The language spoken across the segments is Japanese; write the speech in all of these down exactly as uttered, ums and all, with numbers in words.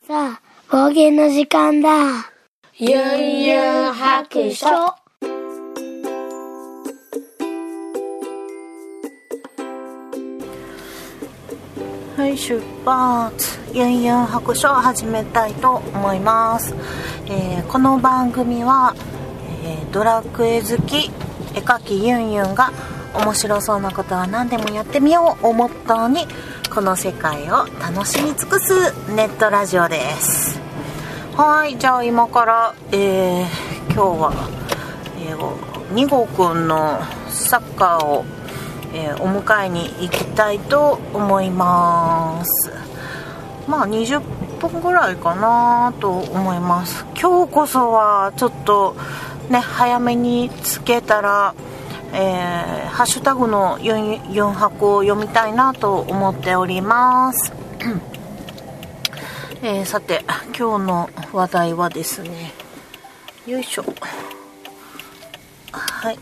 さあ、冒険の時間だ。 ユンユン白書。 はい、出発。ユンユン白書を始めたいと思います。えー、この番組は、えー、ドラクエ好き絵描きユンユンが面白そうなことは何でもやってみようをモットーにこの世界を楽しみ尽くすネットラジオです。はい、じゃあ今から、えー、今日は、えー、に号くんのサッカーを、えー、お迎えに行きたいと思います。まあにじゅっぷんぐらいかなと思います。今日こそはちょっとね早めにつけたら、えー、ハッシュタグのユンユン箱を読みたいなと思っております。えー、さて今日の話題はですね、よいしょ、はい、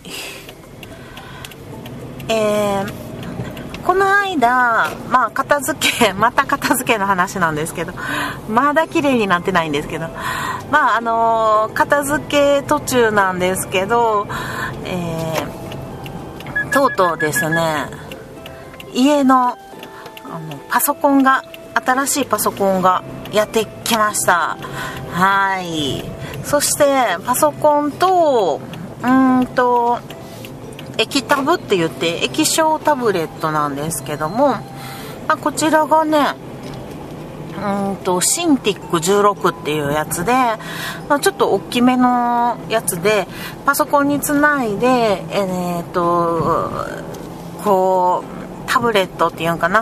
えー、この間、まあ片付けまた片付けの話なんですけど、まだ綺麗になってないんですけど、まああのー、片付け途中なんですけど、えー、とうとうですね、家の、あのパソコンが新しいパソコンがやってきました。はい。そしてパソコンとうーんと液タブって言って液晶タブレットなんですけども、まあ、こちらがねうーんとシンティックじゅうろくっていうやつで、まあ、ちょっと大きめのやつでパソコンにつないでえー、っとこうタブレットっていうのかな、うん、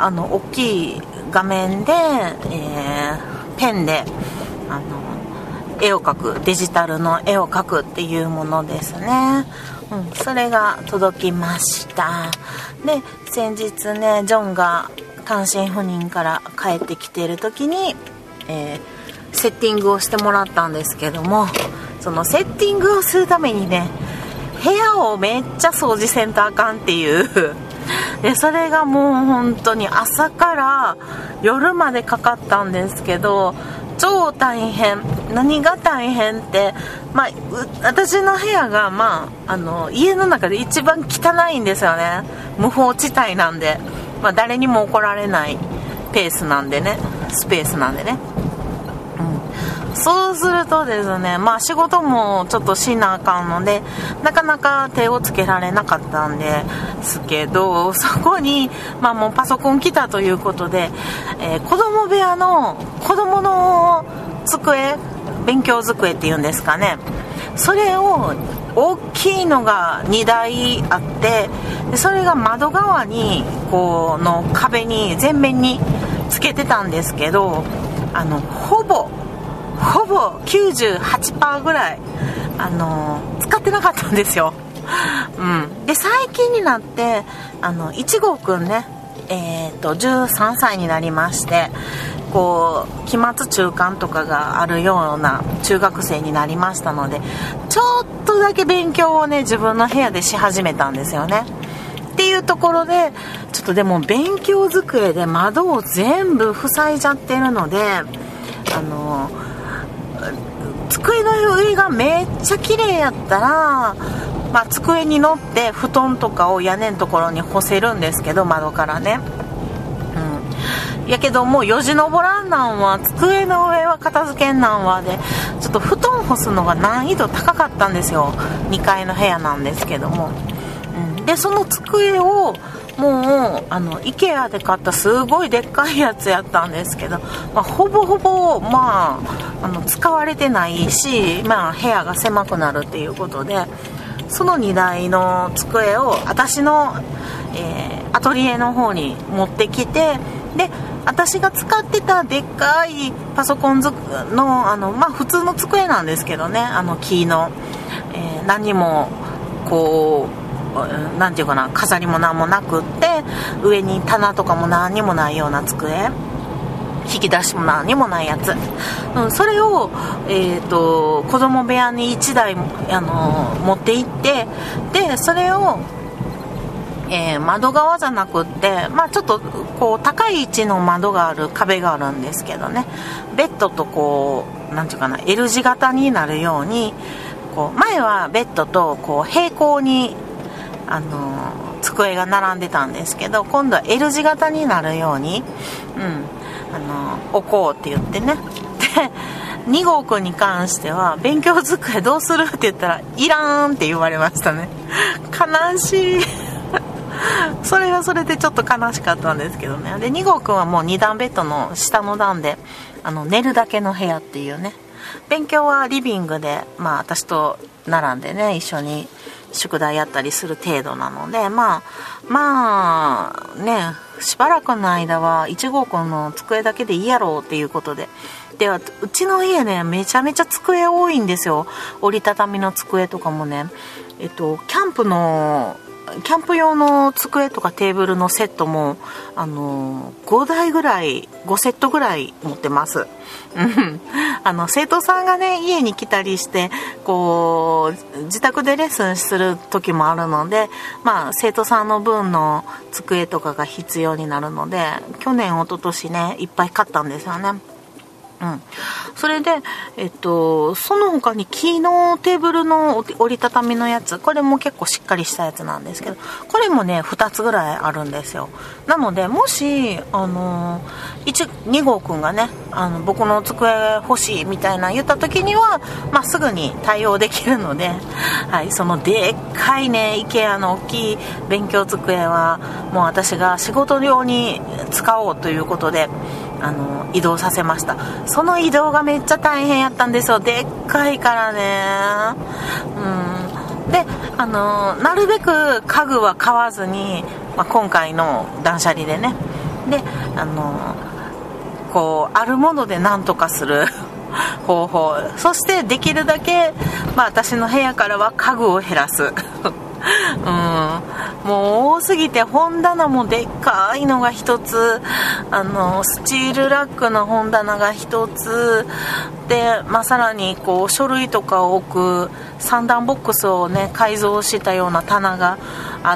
あの大きい画面で、えー、ペンであの絵を描く、デジタルの絵を描くっていうものですね。うん、それが届きました。で、先日ねジョンが単身赴任から帰ってきている時に、えー、セッティングをしてもらったんですけども、そのセッティングをするためにね部屋をめっちゃ掃除せんとあかんっていうで、それがもう本当に朝から夜までかかったんですけど、超大変。何が大変って、まあ、私の部屋が、まあ、あの家の中で一番汚いんですよね。無法地帯なんで、まあ、誰にも怒られないペースなんでね、スペースなんでね、うん、そうするとですね、まあ仕事もちょっとしなあかんのでなかなか手をつけられなかったんですけど、そこに、まあ、もうパソコン来たということで、えー、子供部屋の子供の机、勉強机っていうんですかね、それを大きいのがにだいあって、それが窓側にこうの壁に全面につけてたんですけど、あのほぼほぼ きゅうじゅうはちパーセント ぐらい、あのー、使ってなかったんですよ。うん、で最近になってあのいち号くんね、えー、とじゅうさんさいになりまして、こう期末中間とかがあるような中学生になりましたので、ちょっとだけ勉強をね自分の部屋でし始めたんですよね。っていうところでちょっとでも勉強机で窓を全部塞いじゃってるので、あの机の上がめっちゃ綺麗やったら、まあ、机に乗って布団とかを屋根のところに干せるんですけど、窓からね、うん、やけどもうよじ登らんなんは机の上は片付けんなんはで、ちょっと布団干すのが難易度高かったんですよ。にかいの部屋なんですけども、うん、でその机をもうあの IKEA で買ったすごいでっかいやつやったんですけど、まあ、ほぼほぼ、まあ、あの使われてないし、まあ、部屋が狭くなるっていうことで、そのにだいの机を私の、えー、アトリエの方に持ってきて、で私が使ってたでっかいパソコンの、あの、まあ、普通の机なんですけどね、あの木の、えー、何もこうなんていうかな、飾りも何もなくって、上に棚とかも何にもないような机、引き出しも何にもないやつ、うん、それを、えーと、子供部屋にいちだい、あのー、持って行って、でそれをえー、窓側じゃなくって、まあ、ちょっとこう高い位置の窓がある壁があるんですけどね、ベッドとこうなんていうかな L 字型になるように、こう前はベッドとこう平行に、あのー、机が並んでたんですけど、今度は L 字型になるように、うんあのー、置こうって言ってね。でに号くんに関しては勉強机どうするって言ったらいらんって言われましたね。悲しいそれはそれでちょっと悲しかったんですけどね。でに号くんはもうに段ベッドの下の段であの寝るだけの部屋っていうね、勉強はリビングで、まあ私と並んでね一緒に宿題やったりする程度なので、まあまあねしばらくの間はいち号くんの机だけでいいやろうっていうことで、ではうちの家ねめちゃめちゃ机多いんですよ。折りたたみの机とかもね、えっとキャンプのキャンプ用の机とかテーブルのセットもあのごだいぐらいごセットぐらい持ってますあの生徒さんがね家に来たりしてこう自宅でレッスンする時もあるので、まあ生徒さんの分の机とかが必要になるので、去年一昨年ねいっぱい買ったんですよね。うん、それで、えっと、その他に木のテーブルの折りたたみのやつ、これも結構しっかりしたやつなんですけど、これもねふたつぐらいあるんですよ。なのでもしあのに号くんがねあの僕の机欲しいみたいな言った時には、まあ、すぐに対応できるので、はい、そのでっかいね IKEA の大きい勉強机はもう私が仕事用に使おうということであの移動させました。その移動がめっちゃ大変やったんですよ。でっかいからね。うん、であのなるべく家具は買わずに、まあ、今回の断捨離でね、であのこうあるものでなんとかする方法、そしてできるだけ、まあ、私の部屋からは家具を減らすうん、もう多すぎて本棚もでっかいのが一つ、あのスチールラックの本棚が一つで、まあ、さらにこう書類とかを置く三段ボックスをね改造したような棚があって、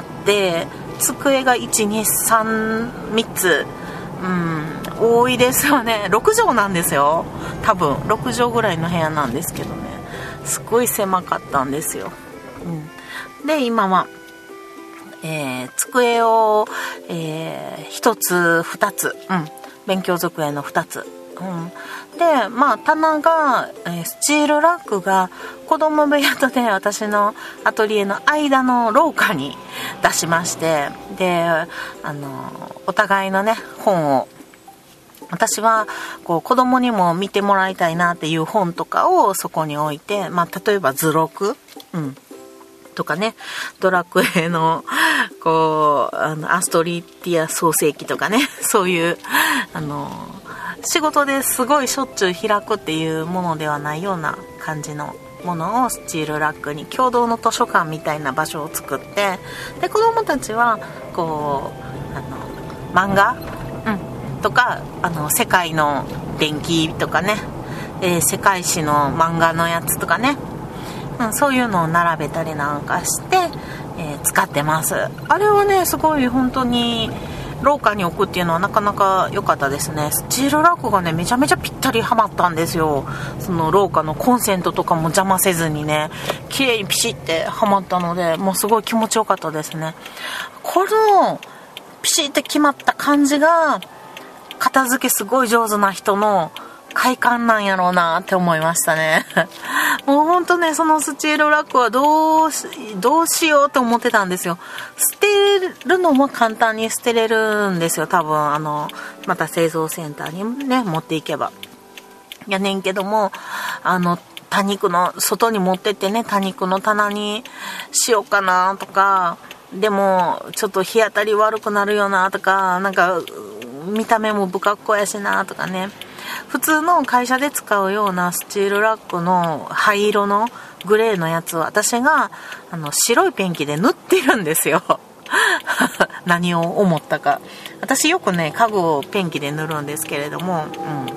机がいちにさんみっつ、うん、多いですよね。ろく畳なんですよ。多分ろく畳ぐらいの部屋なんですけどね、すごい狭かったんですよ。うんで今は、えー、机を、えー、ひとつふたつ、うん、勉強机のふたつ、うん、でまあ棚が、えー、スチールラックが子供部屋とね私のアトリエの間の廊下に出しまして、であのお互いのね本を、私はこう子供にも見てもらいたいなっていう本とかをそこに置いて、まあ、例えば図録、うんとかね、ドラクエのこうあのアストリティア創世記とかね、そういうあの仕事ですごいしょっちゅう開くっていうものではないような感じのものをスチールラックに共同の図書館みたいな場所を作って、で子供たちはこうあの漫画、うん、とかあの世界の伝記とかね、えー、世界史の漫画のやつとかね、うん、そういうのを並べたりなんかして、えー、使ってます。あれはねすごい本当に廊下に置くっていうのはなかなか良かったですね。スチールラックがねめちゃめちゃぴったりはまったんですよ。その廊下のコンセントとかも邪魔せずにね綺麗にピシッてはまったので、もうすごい気持ちよかったですね。このピシッて決まった感じが片付けすごい上手な人の快感なんやろうなって思いましたね。もうほんとね、そのスチールラックはどうし、どうしようと思ってたんですよ。捨てるのも簡単に捨てれるんですよ。多分、あの、また製造センターにね、持っていけば。やねんけども、あの、多肉の、外に持ってってね、多肉の棚にしようかなとか、でも、ちょっと日当たり悪くなるよなとか、なんか、見た目も不格好やしなとかね。普通の会社で使うようなスチールラックの灰色のグレーのやつを私があの白いペンキで塗ってるんですよ。何を思ったか。私よくね家具をペンキで塗るんですけれども、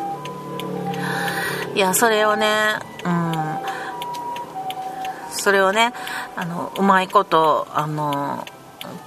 うん、いやそれをね、うん、それをねあのうまいことあの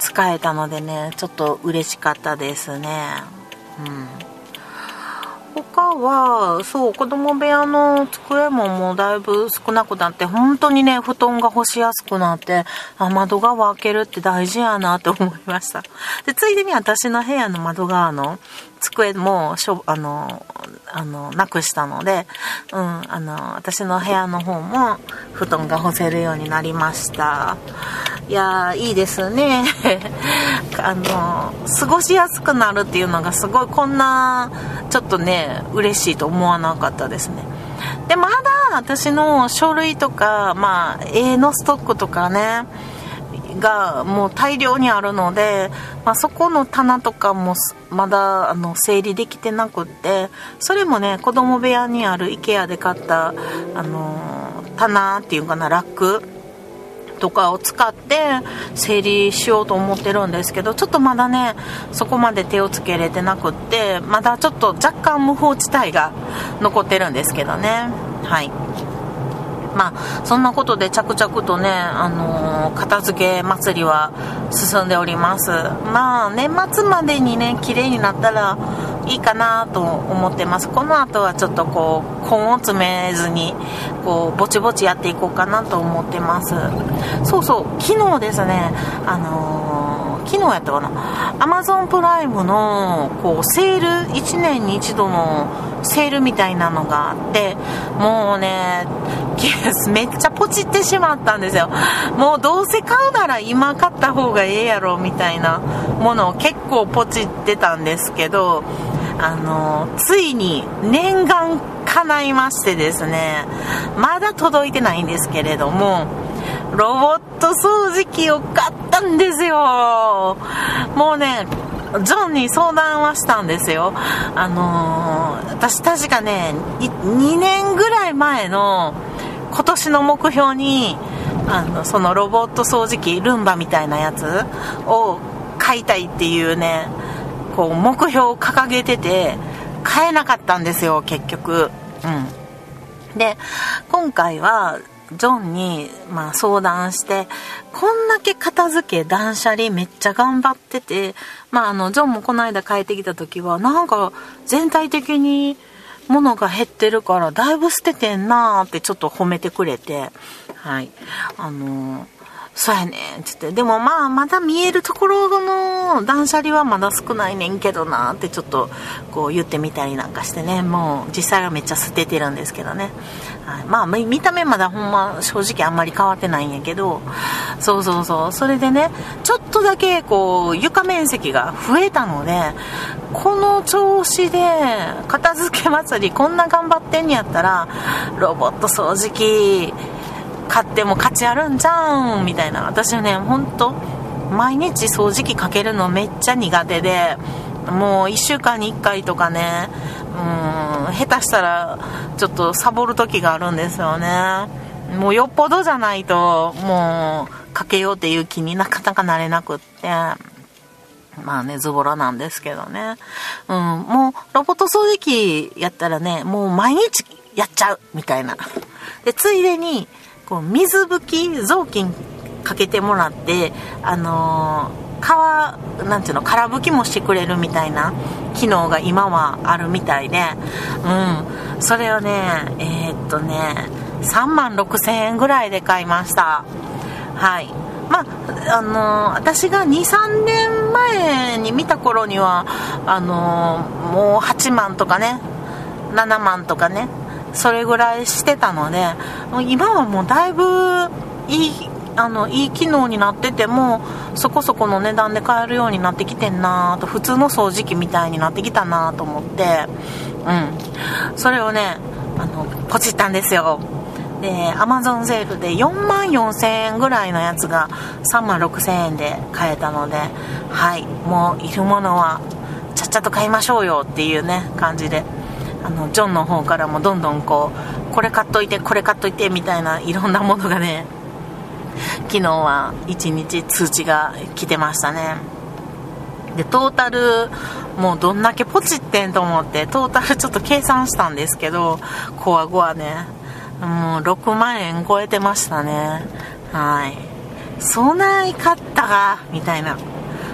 使えたのでね、ちょっと嬉しかったですね。うん。他はそう子供部屋の机ももうだいぶ少なくなって、本当にね布団が干しやすくなって、あ、窓側開けるって大事やなって思いました。でついでに私の部屋の窓側の机もしょあのあのなくしたので、うん、あの私の部屋の方も布団が干せるようになりました。いやーいいですねあの過ごしやすくなるっていうのがすごい、こんなちょっとね嬉しいと思わなかったですね。でまだ私の書類とか、まあ、絵のストックとかねがもう大量にあるので、まあ、そこの棚とかもまだあの整理できてなくって、それもね子供部屋にある IKEA で買ったあの棚っていうかな、ラックとかを使って整理しようと思ってるんですけど、ちょっとまだねそこまで手をつけれてなくって、まだちょっと若干無法地帯が残ってるんですけどね。はい。まあそんなことで着々とね、あのー、片付け祭りは進んでおります。まあ年末までにね綺麗になったらいいかなと思ってます。この後はちょっとこう根を詰めずにこうぼちぼちやっていこうかなと思ってます。そうそう、昨日ですね、あのー、昨日やったかな、Amazon プライムのこうセール、いちねんに一度のセールみたいなのがあって、もうねめっちゃポチってしまったんですよ。もうどうせ買うなら今買った方がええやろみたいなものを結構ポチってたんですけど、あのついに念願叶いましてですね、まだ届いてないんですけれども、ロボット掃除機を買ったんですよ。もうねジョンに相談はしたんですよ。あのー、私確かねにねんぐらい前の今年の目標にあのそのロボット掃除機ルンバみたいなやつを買いたいっていうねこう目標を掲げてて、買えなかったんですよ結局。うん。で今回はジョンに、まあ、相談して、こんだけ片付け断捨離めっちゃ頑張ってて、まあ、あのジョンもこの間帰ってきた時はなんか全体的に物が減ってるからだいぶ捨ててんなーってちょっと褒めてくれて、はい、あのー、そうやねんつって、でもまあまだ見えるところの断捨離はまだ少ないねんけどなーってちょっとこう言ってみたりなんかしてね、もう実際はめっちゃ捨ててるんですけどね。はい、まあ見た目まだほんま正直あんまり変わってないんやけど、そうそうそう、それでねちょっとだけこう床面積が増えたので、この調子で片付け祭りこんな頑張ってんやったらロボット掃除機買っても価値あるんじゃんみたいな。私はねほんと毎日掃除機かけるのめっちゃ苦手で、もういっしゅうかんにいっかいとかね、うーん下手したらちょっとサボる時があるんですよね。もうよっぽどじゃないともうかけようっていう気になかなかなれなくって、まあねズボラなんですけどね、うん、もうロボット掃除機やったらねもう毎日やっちゃうみたいな。でついでにこう水拭き雑巾かけてもらって、あのー、川なんていうの空拭きもしてくれるみたいな機能が今はあるみたいで、うん、それをねえー、っとねさんまんろくせんえんぐらいで買いました。はい。まああのー、私が にさんねんまえに見た頃にはあのー、もうはちまんとかねななまんとかねそれぐらいしてたので、今はもうだいぶいいあのいい機能になっててもそこそこの値段で買えるようになってきてんなと、普通の掃除機みたいになってきたなと思って、うん、それをねあのポチったんですよ。で Amazon セールでよんまんよんせんえんぐらいのやつがさんまんろくせんえんで買えたので、はい、もういるものはちゃっちゃと買いましょうよっていうね感じで、あのジョンの方からもどんどんこうこれ買っといてこれ買っといてみたいないろんなものがね昨日はいちにち通知が来てましたね。でトータルもうどんだけポチってんと思ってトータルちょっと計算したんですけど、コアごはねもうろくまんえん超えてましたね。はい、そない買ったかみたいな。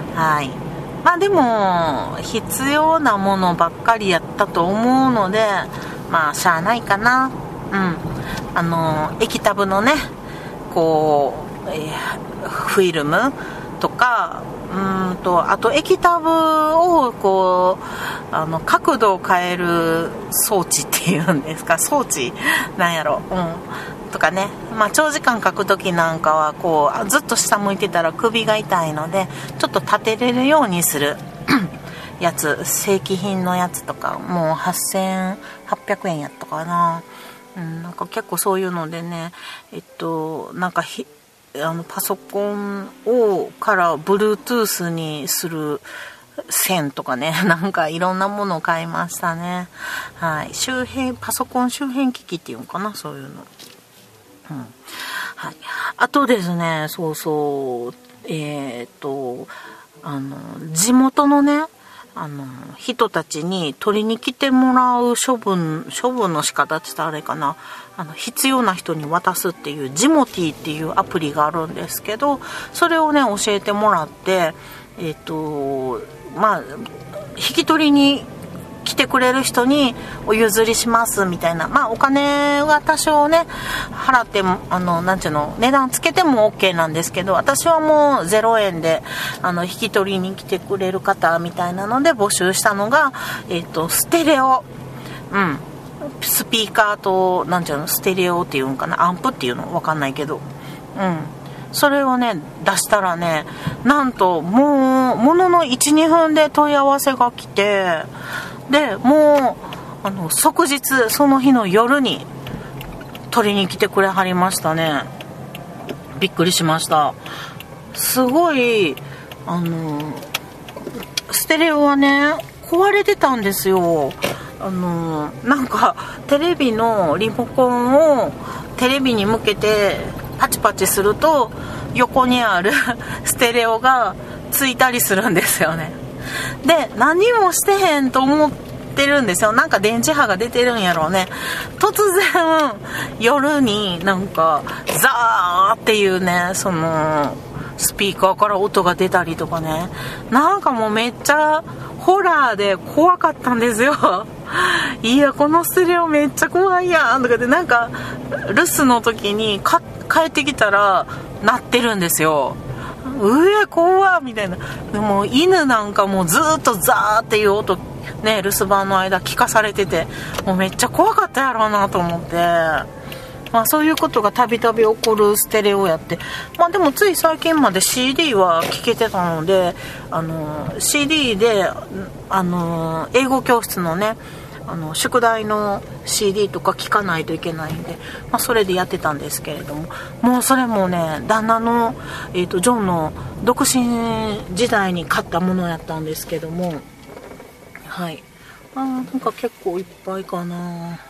はい。まあでも必要なものばっかりやったと思うので、まあしゃあないかな。うん。あの液タブのね、こう、えー、フィルムとか、うんとあと液タブをこうあの角度を変える装置っていうんですか、装置なんやろ、うんとかね、まあ長時間書くときなんかはこうずっと下向いてたら首が痛いので、ちょっと立てれるようにするやつ、正規品のやつとかもうはっせんはっぴゃくえんやったかな。うん、なんか結構そういうのでね、えっとなんかひあのパソコンをから Bluetooth にする線とかね、なんかいろんなものを買いましたね。はい、周辺パソコン周辺機器っていうのかな、そういうの。うん、はい。あとですね、そうそう、えー、っとあの地元のね、あの人たちに取りに来てもらう処分処分の仕方って言ったらあれかな、あの必要な人に渡すっていうジモティっていうアプリがあるんですけど、それをね教えてもらって、えっとまあ引き取りに来てくれる人にお譲りしますみたいな、まあお金は多少ね払っても、あのなんていうの、値段つけても OK なんですけど、私はもうゼロえんであの引き取りに来てくれる方みたいなので募集したのが、えっとステレオ、うんスピーカーとなんていうの、ステレオっていうんかな、アンプっていうのわかんないけど、うんそれをね出したらね、なんともうものの いちにふんで問い合わせが来て、でもうあの即日その日の夜に取りに来てくれはりましたね。びっくりしました。すごいあのステレオはね壊れてたんですよ。あのなんかテレビのリモコンをテレビに向けてパチパチすると横にあるステレオがついたりするんですよね。で何もしてへんと思ってるんですよ。なんか電磁波が出てるんやろうね。突然夜になんかザーっていうね、そのスピーカーから音が出たりとかね、なんかもうめっちゃホラーで怖かったんですよ。いやこのステレオめっちゃ怖いやんとかで、なんか留守の時にか帰ってきたら鳴ってるんですよ。うわ怖みたいな。でも犬なんかもうずっとザーっていう音ね、留守番の間聞かされてて、もうめっちゃ怖かったやろうなと思って、まあそういうことがたびたび起こるステレオやって、まあでもつい最近まで シーディー は聞けてたので、あの シーディー であの英語教室のね、あの宿題の シーディー とか聞かないといけないんで、まあ、それでやってたんですけれども、もうそれもね旦那の、えーと、ジョンの独身時代に買ったものやったんですけども、はい、あなんか結構いっぱいかな。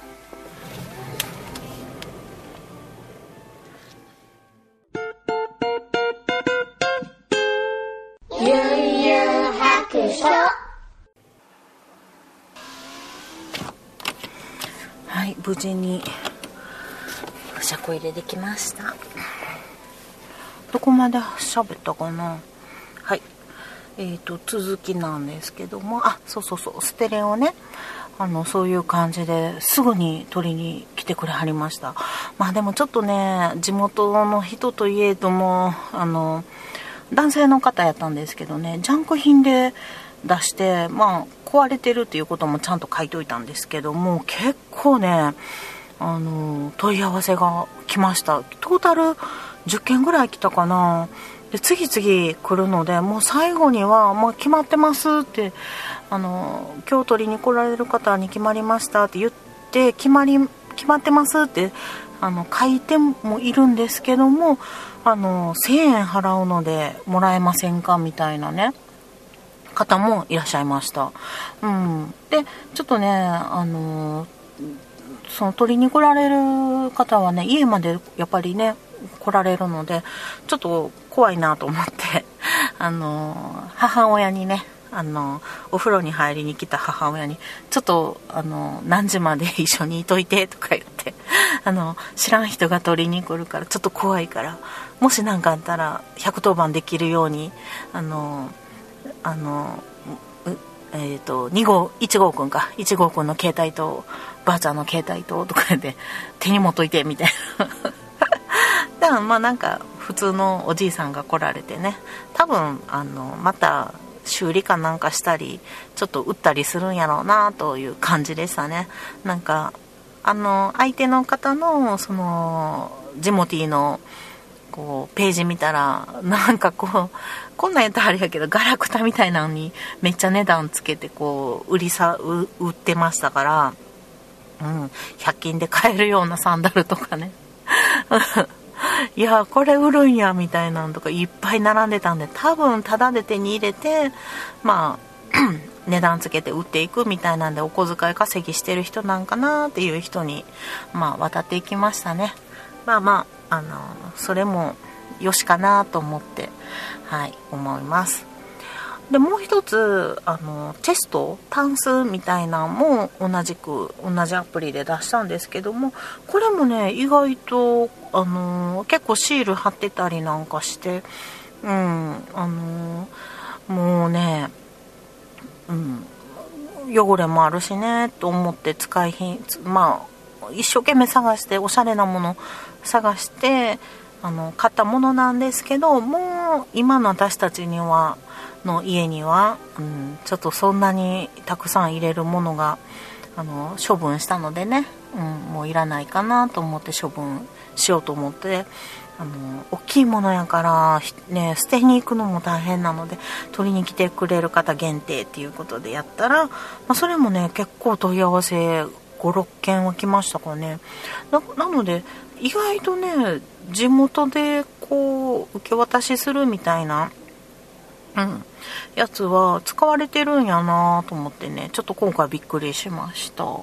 ゆうゆう白書。 はい、無事に車庫入れできました。どこまで喋ったかな。はい、えーと続きなんですけども、あそうそうそう、ステレオね、あのそういう感じですぐに取りに来てくれはりました。まあでもちょっとね、地元の人といえどもあの男性の方やったんですけどね、ジャンク品で出して、まあ壊れてるっていうこともちゃんと書いといたんですけども、結構ねあの問い合わせが来ました。トータルじゅっけんぐらい来たかな。で次々来るので、もう最後にはもう決まってますって、あの今日取りに来られる方に決まりましたって言って、決まり決まってますってあの書いてもいるんですけども、あのせんえん払うのでもらえませんかみたいなね方もいらっしゃいました。うん、でちょっとねあのその取りに来られる方はね家までやっぱりね来られるのでちょっと怖いなと思ってあの母親にねあのお風呂に入りに来た母親にちょっとあの何時まで一緒にいといてとか言ってあの知らん人が取りに来るからちょっと怖いから、もし何かあったらひゃくとおばんできるようにあのあのえっとに号いち号くんかいち号くんの携帯とばあちゃんの携帯ととかで手に持っといてみたいなだからまあなんか普通のおじいさんが来られてね、多分あのまた修理かなんかしたりちょっと売ったりするんやろうなという感じでしたね。なんかあの相手の方のそのジモティーのこうページ見たらなんかこうこんなんやったらあれやけどガラクタみたいなのにめっちゃ値段つけてこう売りさ売ってましたから、うん、ひゃく均で買えるようなサンダルとかねいやこれ売るんやみたいなのとかいっぱい並んでたんで、多分タダで手に入れてまあ値段つけて売っていくみたいなんでお小遣い稼ぎしてる人なんかなっていう人にまあ渡っていきましたね。まあまああのそれもよしかなと思ってはい思います。でもう一つあのチェストタンスみたいなのも同じく同じアプリで出したんですけども、これもね意外とあの結構シール貼ってたりなんかして、うんあのもうね、うん、汚れもあるしねと思って使いひんまあ一生懸命探しておしゃれなもの探してあの買ったものなんですけど、もう今の私たちにはの家には、うん、ちょっとそんなにたくさん入れるものがあの処分したのでね、うん、もういらないかなと思って処分しようと思って、あの大きいものやから、ね、捨てに行くのも大変なので取りに来てくれる方限定っていうことでやったら、まあ、それもね結構問い合わせごろっけんは来ましたからね。 な, なので意外とね地元でこう受け渡しするみたいな、うん、やつは使われてるんやなと思ってね、ちょっと今回びっくりしました。はい。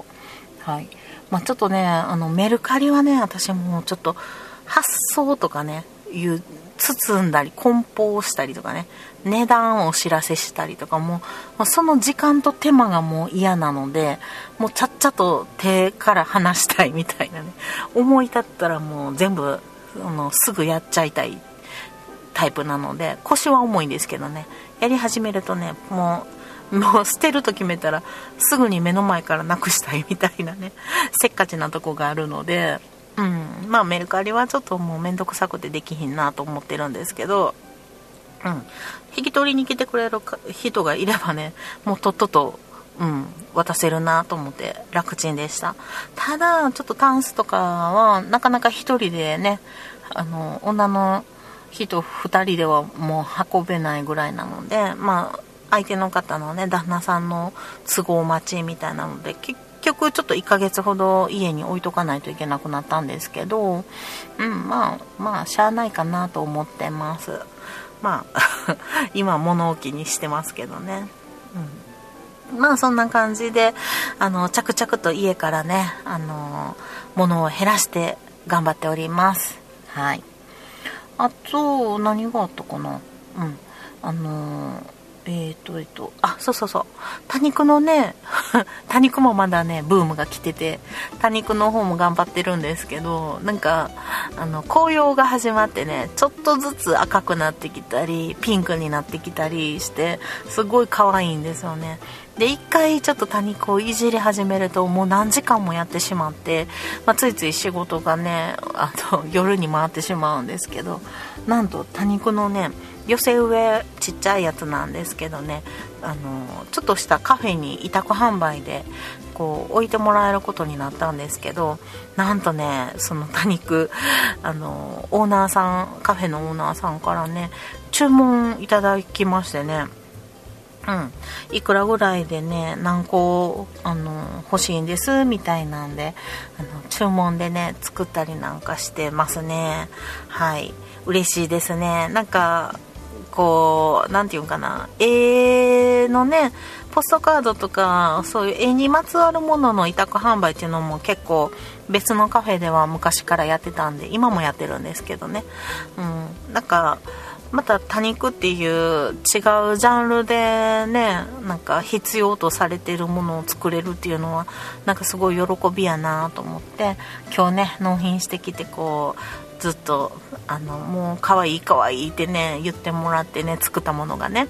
まあちょっとねあのメルカリはね私もちょっと発送とかねいう包んだり梱包したりとかね値段をお知らせしたりとかも、まあ、その時間と手間がもう嫌なので、もうちゃっちゃと手から離したいみたいなね、思い立ったらもう全部あのすぐやっちゃいたいタイプなので、腰は重いんですけどね、やり始めるとねもうもう捨てると決めたらすぐに目の前からなくしたいみたいなねせっかちなとこがあるので、うん、まあメルカリはちょっともうめんどくさくてできひんなと思ってるんですけど、うん、引き取りに来てくれる人がいればねもうとっとと、うん、渡せるなと思って楽ちんでした。ただちょっとタンスとかはなかなか一人でねあの女の人ふたりではもう運べないぐらいなので、まあ相手の方のね旦那さんの都合待ちみたいなので結局ちょっといっかげつほど家に置いとかないといけなくなったんですけど、うんまあまあしゃあないかなと思ってます。まあ今物置にしてますけどね、うん、まあそんな感じであの着々と家からねあの物を減らして頑張っております。はい。あと何があったかな、うんあのえっ、ー、とえっ、ー、とあそうそうそう多肉のね多肉もまだねブームが来てて多肉の方も頑張ってるんですけど、なんかあの紅葉が始まってねちょっとずつ赤くなってきたりピンクになってきたりしてすごい可愛いんですよね。で一回ちょっと多肉をいじり始めるともう何時間もやってしまって、まあ、ついつい仕事がねあと夜に回ってしまうんですけど、なんと多肉のね寄せ植えちっちゃいやつなんですけどね、あのちょっとしたカフェに委託販売でこう置いてもらえることになったんですけど、なんとねその多肉あのオーナーさんカフェのオーナーさんからね注文いただきましてね、うん、いくらぐらいでね何個あの欲しいんですみたいなんであの注文でね作ったりなんかしてますね。はい、嬉しいですね。なんかこうなんていうんかな、絵のねポストカードとかそういう絵にまつわるものの委託販売っていうのも結構別のカフェでは昔からやってたんで今もやってるんですけどね、うん、なんかまた多肉っていう違うジャンルでねなんか必要とされているものを作れるっていうのはなんかすごい喜びやなと思って今日ね納品してきてこうずっとあのもう可愛い可愛いってね言ってもらってね作ったものがね、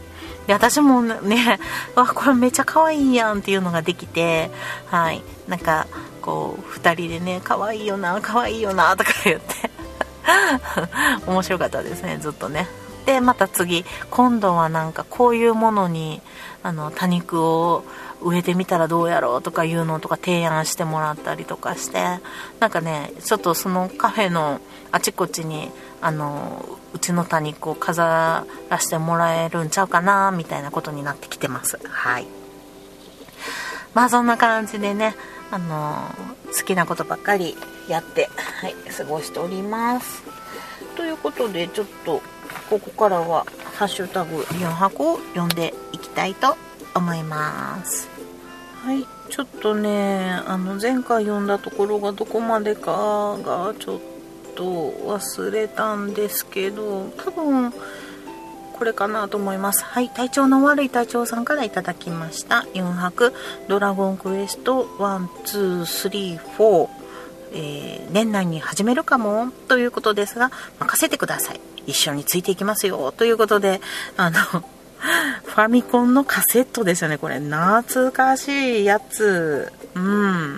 で私もね、わこれめっちゃ可愛いやんっていうのができて、はい、なんかこうふたりでね、可愛いよな可愛いよなとか言って面白かったですね、ずっとね。でまた次、今度はなんかこういうものにあの多肉を植えてみたらどうやろうとかいうのとか提案してもらったりとかして、なんかね、ちょっとそのカフェのあちこちにあのうちの多肉を飾らせてもらえるんちゃうかなみたいなことになってきてます。はい、まあそんな感じでね、あの好きなことばっかりやって、はい、過ごしております。ということで、ちょっとここからはハッシュタグよん箱を読んでいきたいと思います。はい、ちょっとね、あの前回読んだところがどこまでかがちょっと忘れたんですけど、多分これかなと思います。はい、体調の悪い隊長さんからいただきました。よん泊ドラゴンクエストいち、に、さん、よん、えー、年内に始めるかもということですが、任せてください、一緒についていきますよということで、あのファミコンのカセットですよね、これ懐かしいやつ。うん、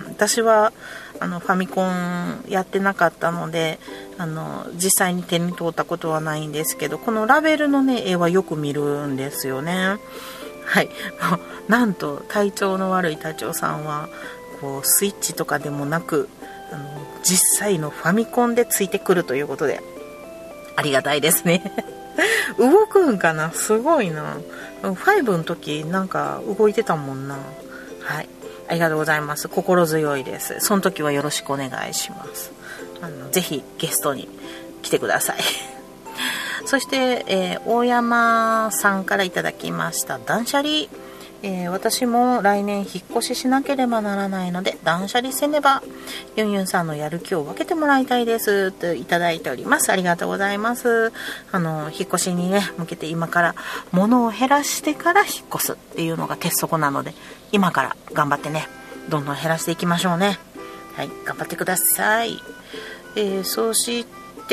私はあのファミコンやってなかったので、あの実際に手に取ったことはないんですけど、このラベルのね絵はよく見るんですよね。はい、なんと体調の悪い隊長さんはこうスイッチとかでもなく、あの実際のファミコンでついてくるということでありがたいですね。動くんかな、すごいな。ごの時なんか動いてたもんな。はい、ありがとうございます。心強いです。その時はよろしくお願いします。あのぜひゲストに来てください。そして、えー、大山さんからいただきました断捨離。えー、私も来年引っ越ししなければならないので断捨離せねば、ユンユンさんのやる気を分けてもらいたいですといただいております。ありがとうございます。あの引っ越しにね向けて、今から物を減らしてから引っ越すっていうのが鉄則なので、今から頑張ってね、どんどん減らしていきましょうね。はい、頑張ってください。えー、そして、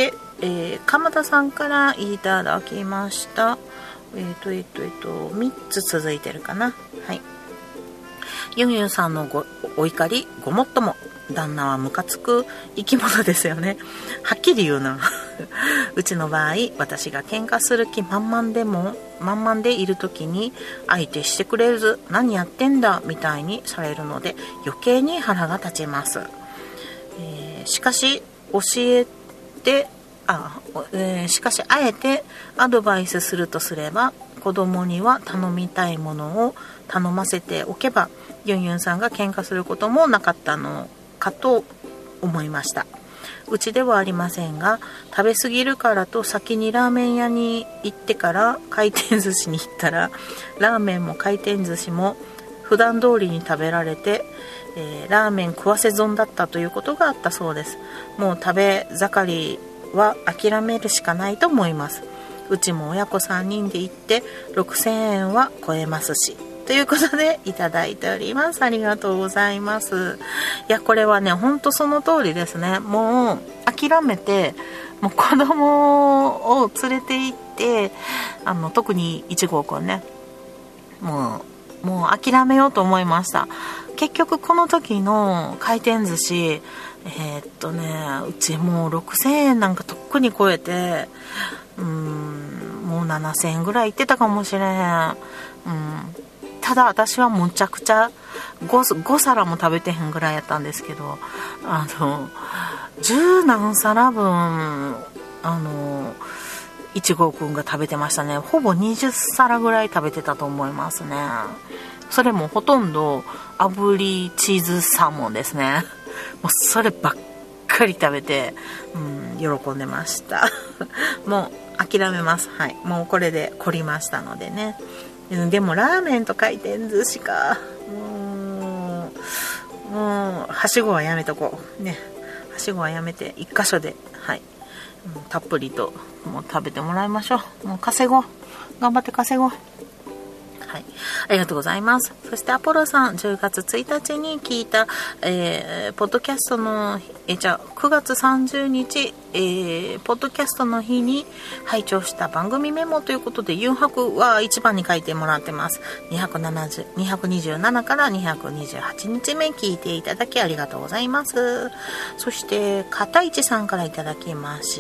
えー、鎌田さんからいただきました。えっとえっとえっとみっつ続いてるかな。はい、ユンユンさんのごお怒りごもっとも、旦那はムカつく生き物ですよね。はっきり言うな。うちの場合、私が喧嘩する気満々でも満々でいる時に相手してくれず、何やってんだみたいにされるので余計に腹が立ちます。えー、しかし教えてあ、えー、しかしあえてアドバイスするとすれば、子供には頼みたいものを頼ませておけばユンユンさんが喧嘩することもなかったのかと思いました。うちではありませんが、食べ過ぎるからと先にラーメン屋に行ってから回転寿司に行ったら、ラーメンも回転寿司も普段通りに食べられて、えー、ラーメン食わせ損だったということがあったそうです。もう食べ盛りは諦めるしかないと思います。うちも親子さんにんで行ってろくせんえんは超えますし、ということでいただいております。ありがとうございます。いや、これはねほんとその通りですね。もう諦めて、もう子供を連れて行って、あの特にいち号くんね、もうもう諦めようと思いました。結局この時の回転寿司、えー、っとねうちもうろくせんえんなんかとっくに超えて、うーんもうななせんえんぐらいいってたかもしれへん。うん、ただ私はむちゃくちゃ 5, 5皿も食べてへんぐらいやったんですけど、あの十何皿分あのいち号くんが食べてましたね。ほぼにじゅっさらぐらい食べてたと思いますね。それもほとんど炙りチーズサーモンですね。もうそればっかり食べて、うん、喜んでました。もう諦めます。はい、もうこれで凝りましたのでね。でもラーメンと回転寿司か、もうもうはしごはやめとこうね。はしごはやめて一箇所で、はい、うん、たっぷりともう食べてもらいましょう。もう稼ごう、頑張って稼ごう。 はい、ありがとうございます。そしてアポロさん、じゅうがつついたちに聞いた、えー、ポッドキャストの、えー、じゃあくがつさんじゅうにち、えー、ポッドキャストの日に拝聴した番組メモということで、ユンハクはいちばんに書いてもらってます。にひゃくななじゅう、にひゃくにじゅうななからにひゃくにじゅうはちにちめ聞いていただきありがとうございます。そして片市さんからいただきました。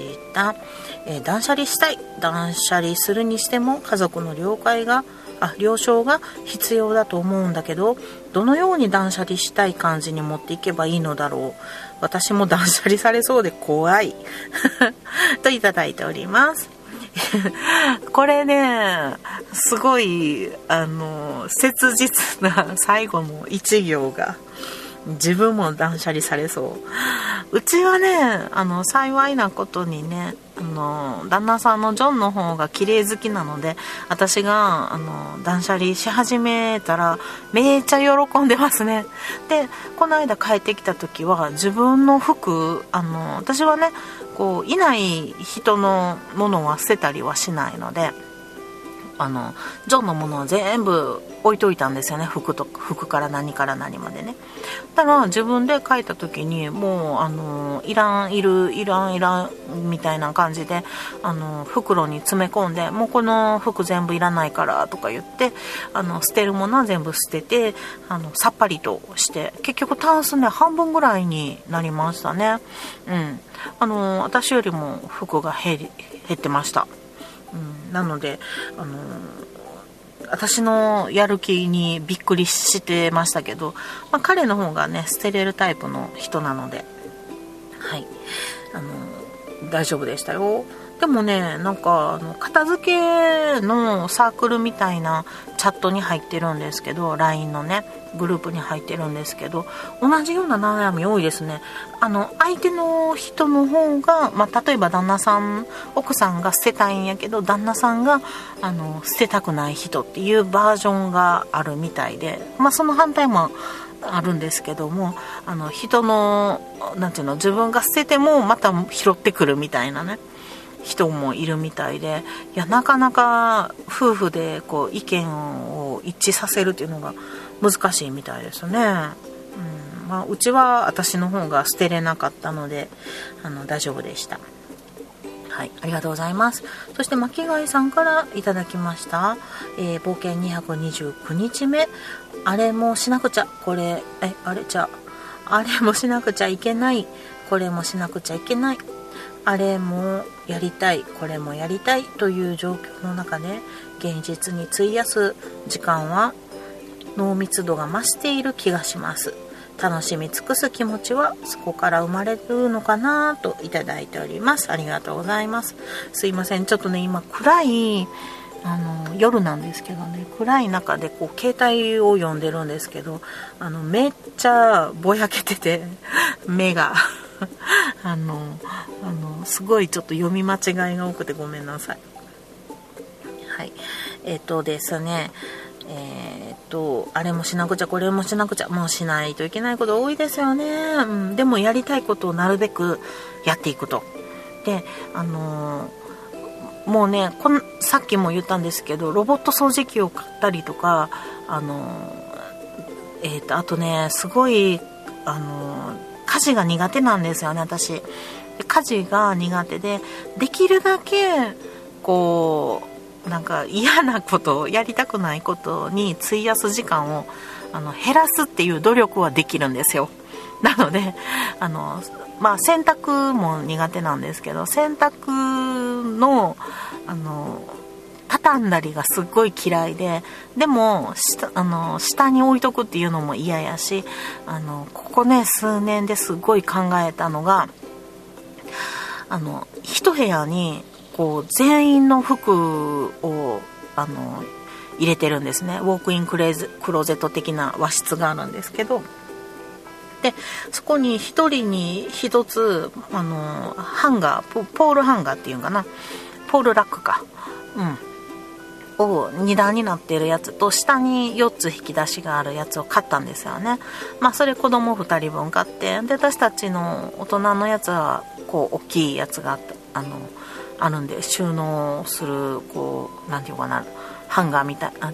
えー、断捨離したい。断捨離するにしても家族の了解があ了承が必要だと思うんだけど、どのように断捨離したい感じに持っていけばいいのだろう。私も断捨離されそうで怖いといただいておりますこれね、すごいあの切実な最後の一行が、自分も断捨離されそう。うちはね、あの幸いなことにね、あの旦那さんのジョンの方が綺麗好きなので、私があの断捨離し始めたらめっちゃ喜んでますね。で、この間帰ってきた時は自分の服、あの私はね、こういない人のものは捨てたりはしないので、あのジョンのものを全部置いといたんですよね。服と服から何から何までね。ただ自分で書いた時にもうあのいらんいるいらんいらんみたいな感じで、あの袋に詰め込んで、もうこの服全部いらないからとか言って、あの捨てるものは全部捨てて、あのさっぱりとして、結局タンスね半分ぐらいになりましたね。うん、あの私よりも服が減り減ってました。うん、なのであの私のやる気にびっくりしてましたけど、まあ、彼の方がね捨てれるタイプの人なので、はい、あの大丈夫でしたよ。でもね、なんかあの片付けのサークルみたいなチャットに入ってるんですけど、 ライン のねグループに入ってるんですけど、同じような悩み多いですね。あの相手の人の方が、まあ、例えば旦那さん奥さんが捨てたいんやけど、旦那さんがあの捨てたくない人っていうバージョンがあるみたいで、まあ、その反対もあるんですけども、あの人のなんていうの、自分が捨ててもまた拾ってくるみたいなね人もいるみたいで、いやなかなか夫婦でこう意見を一致させるっていうのが難しいみたいですね。うん、まあ、うちは私の方が捨てれなかったのであの大丈夫でした。はい、ありがとうございます。そして巻貝さんからいただきました、えー、冒険にひゃくにじゅうくにちめ、あれもしなくちゃ、これえあれじゃあれもしなくちゃいけない、これもしなくちゃいけない、あれもやりたい、これもやりたいという状況の中で現実に費やす時間は濃密度が増している気がします。楽しみ尽くす気持ちはそこから生まれるのかなといただいております。ありがとうございます。すいません、ちょっとね今暗いあの夜なんですけどね、暗い中でこう携帯を読んでるんですけど、あのめっちゃぼやけてて目があのあのすごいちょっと読み間違いが多くてごめんなさい。はい、えっとですねえー、っとあれもしなくちゃ、これもしなくちゃ、もうしないといけないこと多いですよね。うん、でもやりたいことをなるべくやっていくと。で、あのー、もうねこんさっきも言ったんですけど、ロボット掃除機を買ったりとか、あのー、えー、っとあとねすごいあのー、家事が苦手なんですよね私。で家事が苦手で、できるだけこうなんか嫌なことをやりたくないことに費やす時間をあの減らすっていう努力はできるんですよ。なのであの、まあ、洗濯も苦手なんですけど、洗濯のあの畳んだりがすっごい嫌いで、でも下あの下に置いとくっていうのも嫌やし、あのここね数年ですごい考えたのが、あの一部屋にこう全員の服をあの入れてるんですね。ウォークインクレーズクローゼット的な和室があるんですけど、でそこに一人に一つあのハンガー ポ, ポールハンガーっていうかな、ポールラックか、うん、をに段になっているやつと下によっつ引き出しがあるやつを買ったんですよね。まあそれ子供ふたりぶん買って、で私たちの大人のやつはこう大きいやつがあって、あのあるんで収納するこうなんていうかな、ハンガーみたい、あじゃ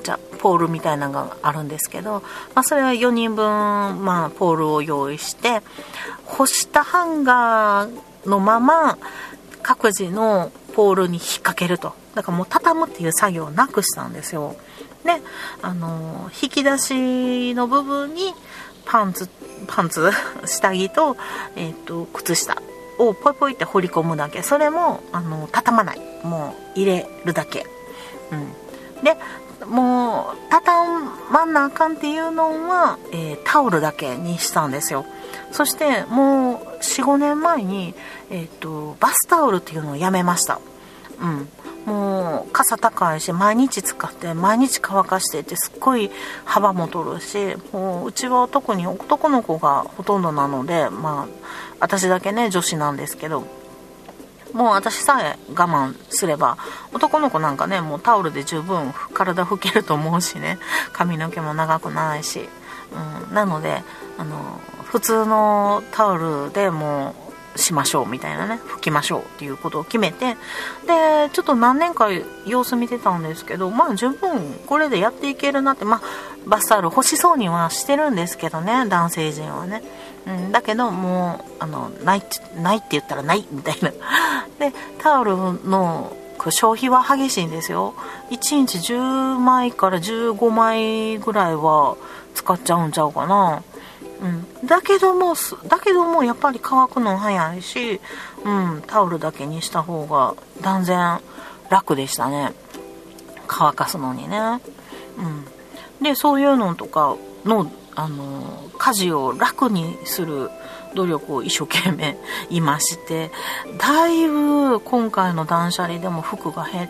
ポールみたいなのがあるんですけど、まあ、それはよにんぶん、まあ、ポールを用意して干したハンガーのまま各自のポールに引っ掛けると。だからもう畳むっていう作業をなくしたんですよ。で、あの引き出しの部分にパンツパンツ下着と、えーと、靴下をポイポイって掘り込むだけ。それもあの畳まない、もう入れるだけ、うん、でもう畳まなあかんっていうのは、えー、タオルだけにしたんですよ。そしてもう よん,ご 年前に、えーと、バスタオルっていうのをやめました。うん、もう傘高いし毎日使って毎日乾かしてってすっごい幅も取るし、もううちは特に男の子がほとんどなので、まあ私だけね女子なんですけど、もう私さえ我慢すれば男の子なんかねもうタオルで十分体拭けると思うしね、髪の毛も長くないし、うん、なのであの普通のタオルでもうしましょうみたいなね、拭きましょうっていうことを決めて、でちょっと何年か様子見てたんですけど、まあ十分これでやっていけるなって。まあバスタオル欲しそうにはしてるんですけどね、男性陣はね、うん、だけどもうあのないってないって言ったらないみたいなでタオルの消費は激しいんですよ。いちにちじゅうまいからじゅうごまいぐらいは使っちゃうんちゃうかな。うん、だけどもだけどもやっぱり乾くの早いし、うん、タオルだけにした方が断然楽でしたね、乾かすのにね。うん、でそういうのとかの、あの家事を楽にする努力を一生懸命いまして、だいぶ今回の断捨離でも服が減って、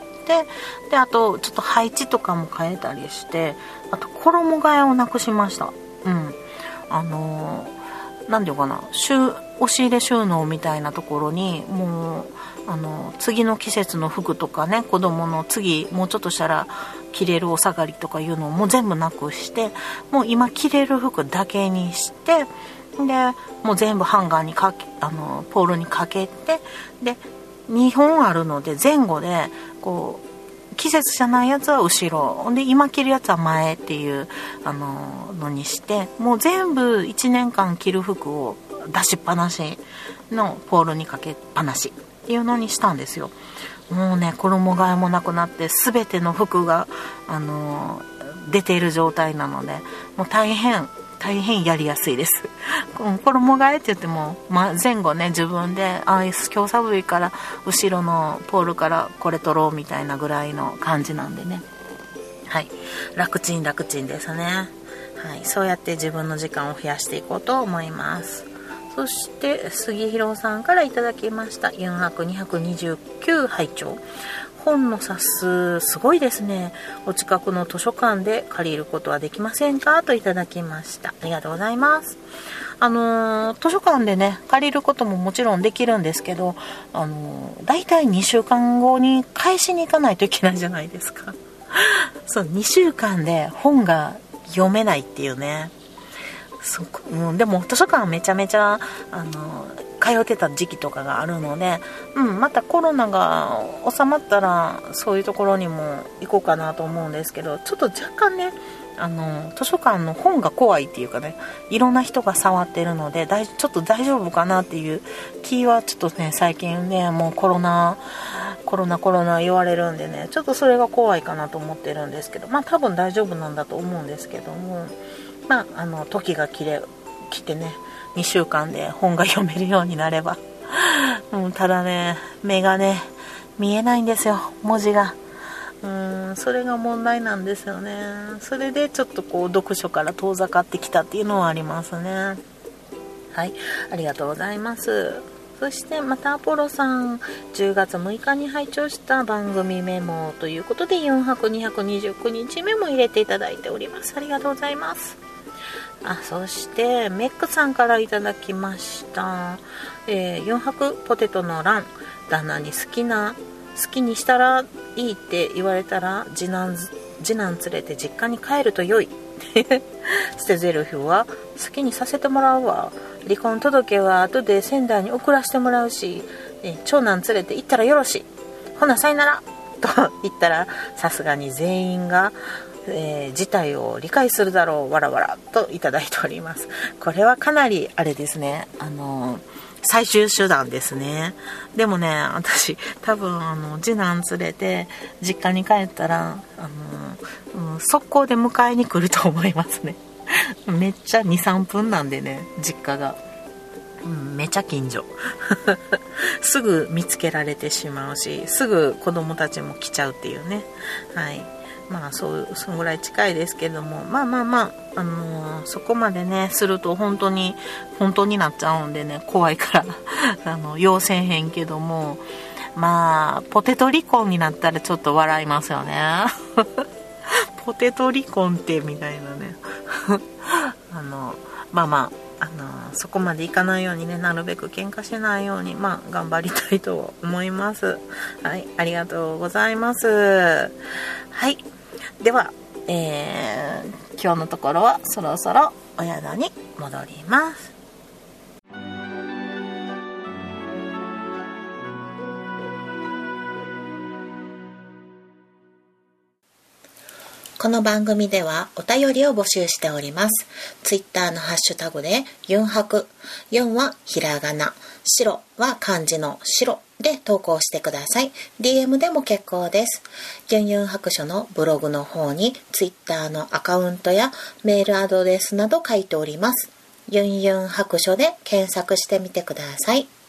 であとちょっと配置とかも変えたりして、あと衣替えをなくしました。うんあのー、なんていうかな、押し入れ収納みたいなところにもう、あのー、次の季節の服とかね、子供の次もうちょっとしたら着れるお下がりとかいうのをもう全部なくして、もう今着れる服だけにして、でもう全部ハンガーにかけ、あのー、ポールにかけて、でにほんあるので前後でこう季節じゃないやつは後ろで今着るやつは前っていうあののにして、もう全部いちねんかん着る服を出しっぱなしのポールにかけっぱなしっていうのにしたんですよ。もうね衣替えもなくなって全ての服があの出ている状態なので、もう大変大変やりやすいです。衣替えって言っても、まあ、前後ね自分であ今日寒いから後ろのポールからこれ取ろうみたいなぐらいの感じなんでね、はい楽ちん楽ちんですね。はい、そうやって自分の時間を増やしていこうと思います。そして杉弘さんからいただきました。ユンハクにひゃくにじゅうきゅう拝聴。本の冊数すごいですね。お近くの図書館で借りることはできませんかといただきました。ありがとうございます。あのー、図書館でね借りることももちろんできるんですけど、あのー、だいたいにしゅうかんごに返しに行かないといけないじゃないですか。そうにしゅうかんで本が読めないっていうね。そこ、うん、でも図書館めちゃめちゃあの通ってた時期とかがあるので、うん、またコロナが収まったらそういうところにも行こうかなと思うんですけど、ちょっと若干ねあの図書館の本が怖いっていうかね、いろんな人が触ってるのでだいちょっと大丈夫かなっていう気はちょっとね最近ねもうコロナコロナコロナ言われるんでね、ちょっとそれが怖いかなと思ってるんですけど、まあ多分大丈夫なんだと思うんですけども、まああの時が来れ来てねにしゅうかんで本が読めるようになれば、うん、ただね目がね見えないんですよ、文字が。うーんそれが問題なんですよね。それでちょっとこう読書から遠ざかってきたっていうのはありますね。はい、ありがとうございます。そしてまたアポロさんじゅうがつむいかに拝聴した番組メモということでよんはくにひゃくにじゅうくにちめも入れていただいております。ありがとうございます。あそしてメックさんからいただきました、えー、よん泊ポテトの欄、旦那に好きな好きにしたらいいって言われたら次男次男連れて実家に帰ると良い捨てゼルフは好きにさせてもらうわ、離婚届は後で仙台に送らせてもらうし、え長男連れて行ったらよろしい、ほなさいならと言ったらさすがに全員がえー、事態を理解するだろうわらわらといただいております。これはかなりあれですね、あの最終手段ですね。でもね、私多分あの次男連れて実家に帰ったらあの、うん、速攻で迎えに来ると思いますね。めっちゃ にさんぷんなんでね、実家が、うん、めちゃ近所すぐ見つけられてしまうし、すぐ子供たちも来ちゃうっていうね。はい、まあそうそのぐらい近いですけども、まあまあまあ、あのー、そこまでねすると本当に本当になっちゃうんでね、怖いからあの要せんへんけども、まあポテト離婚になったらちょっと笑いますよねポテト離婚ってみたいなねあのまあまあ、あのそこまでいかないようにね、なるべく喧嘩しないように、まあ頑張りたいと思います。はい、ありがとうございます。はい、では、えー、今日のところはそろそろお宿に戻ります。この番組ではお便りを募集しております。ツイッターのハッシュタグでユンハク、ユンはひらがな、白は漢字の白で投稿してください。 ディーエム でも結構です。ユンユン白書のブログの方にツイッターのアカウントやメールアドレスなど書いております。ユンユン白書で検索してみてください。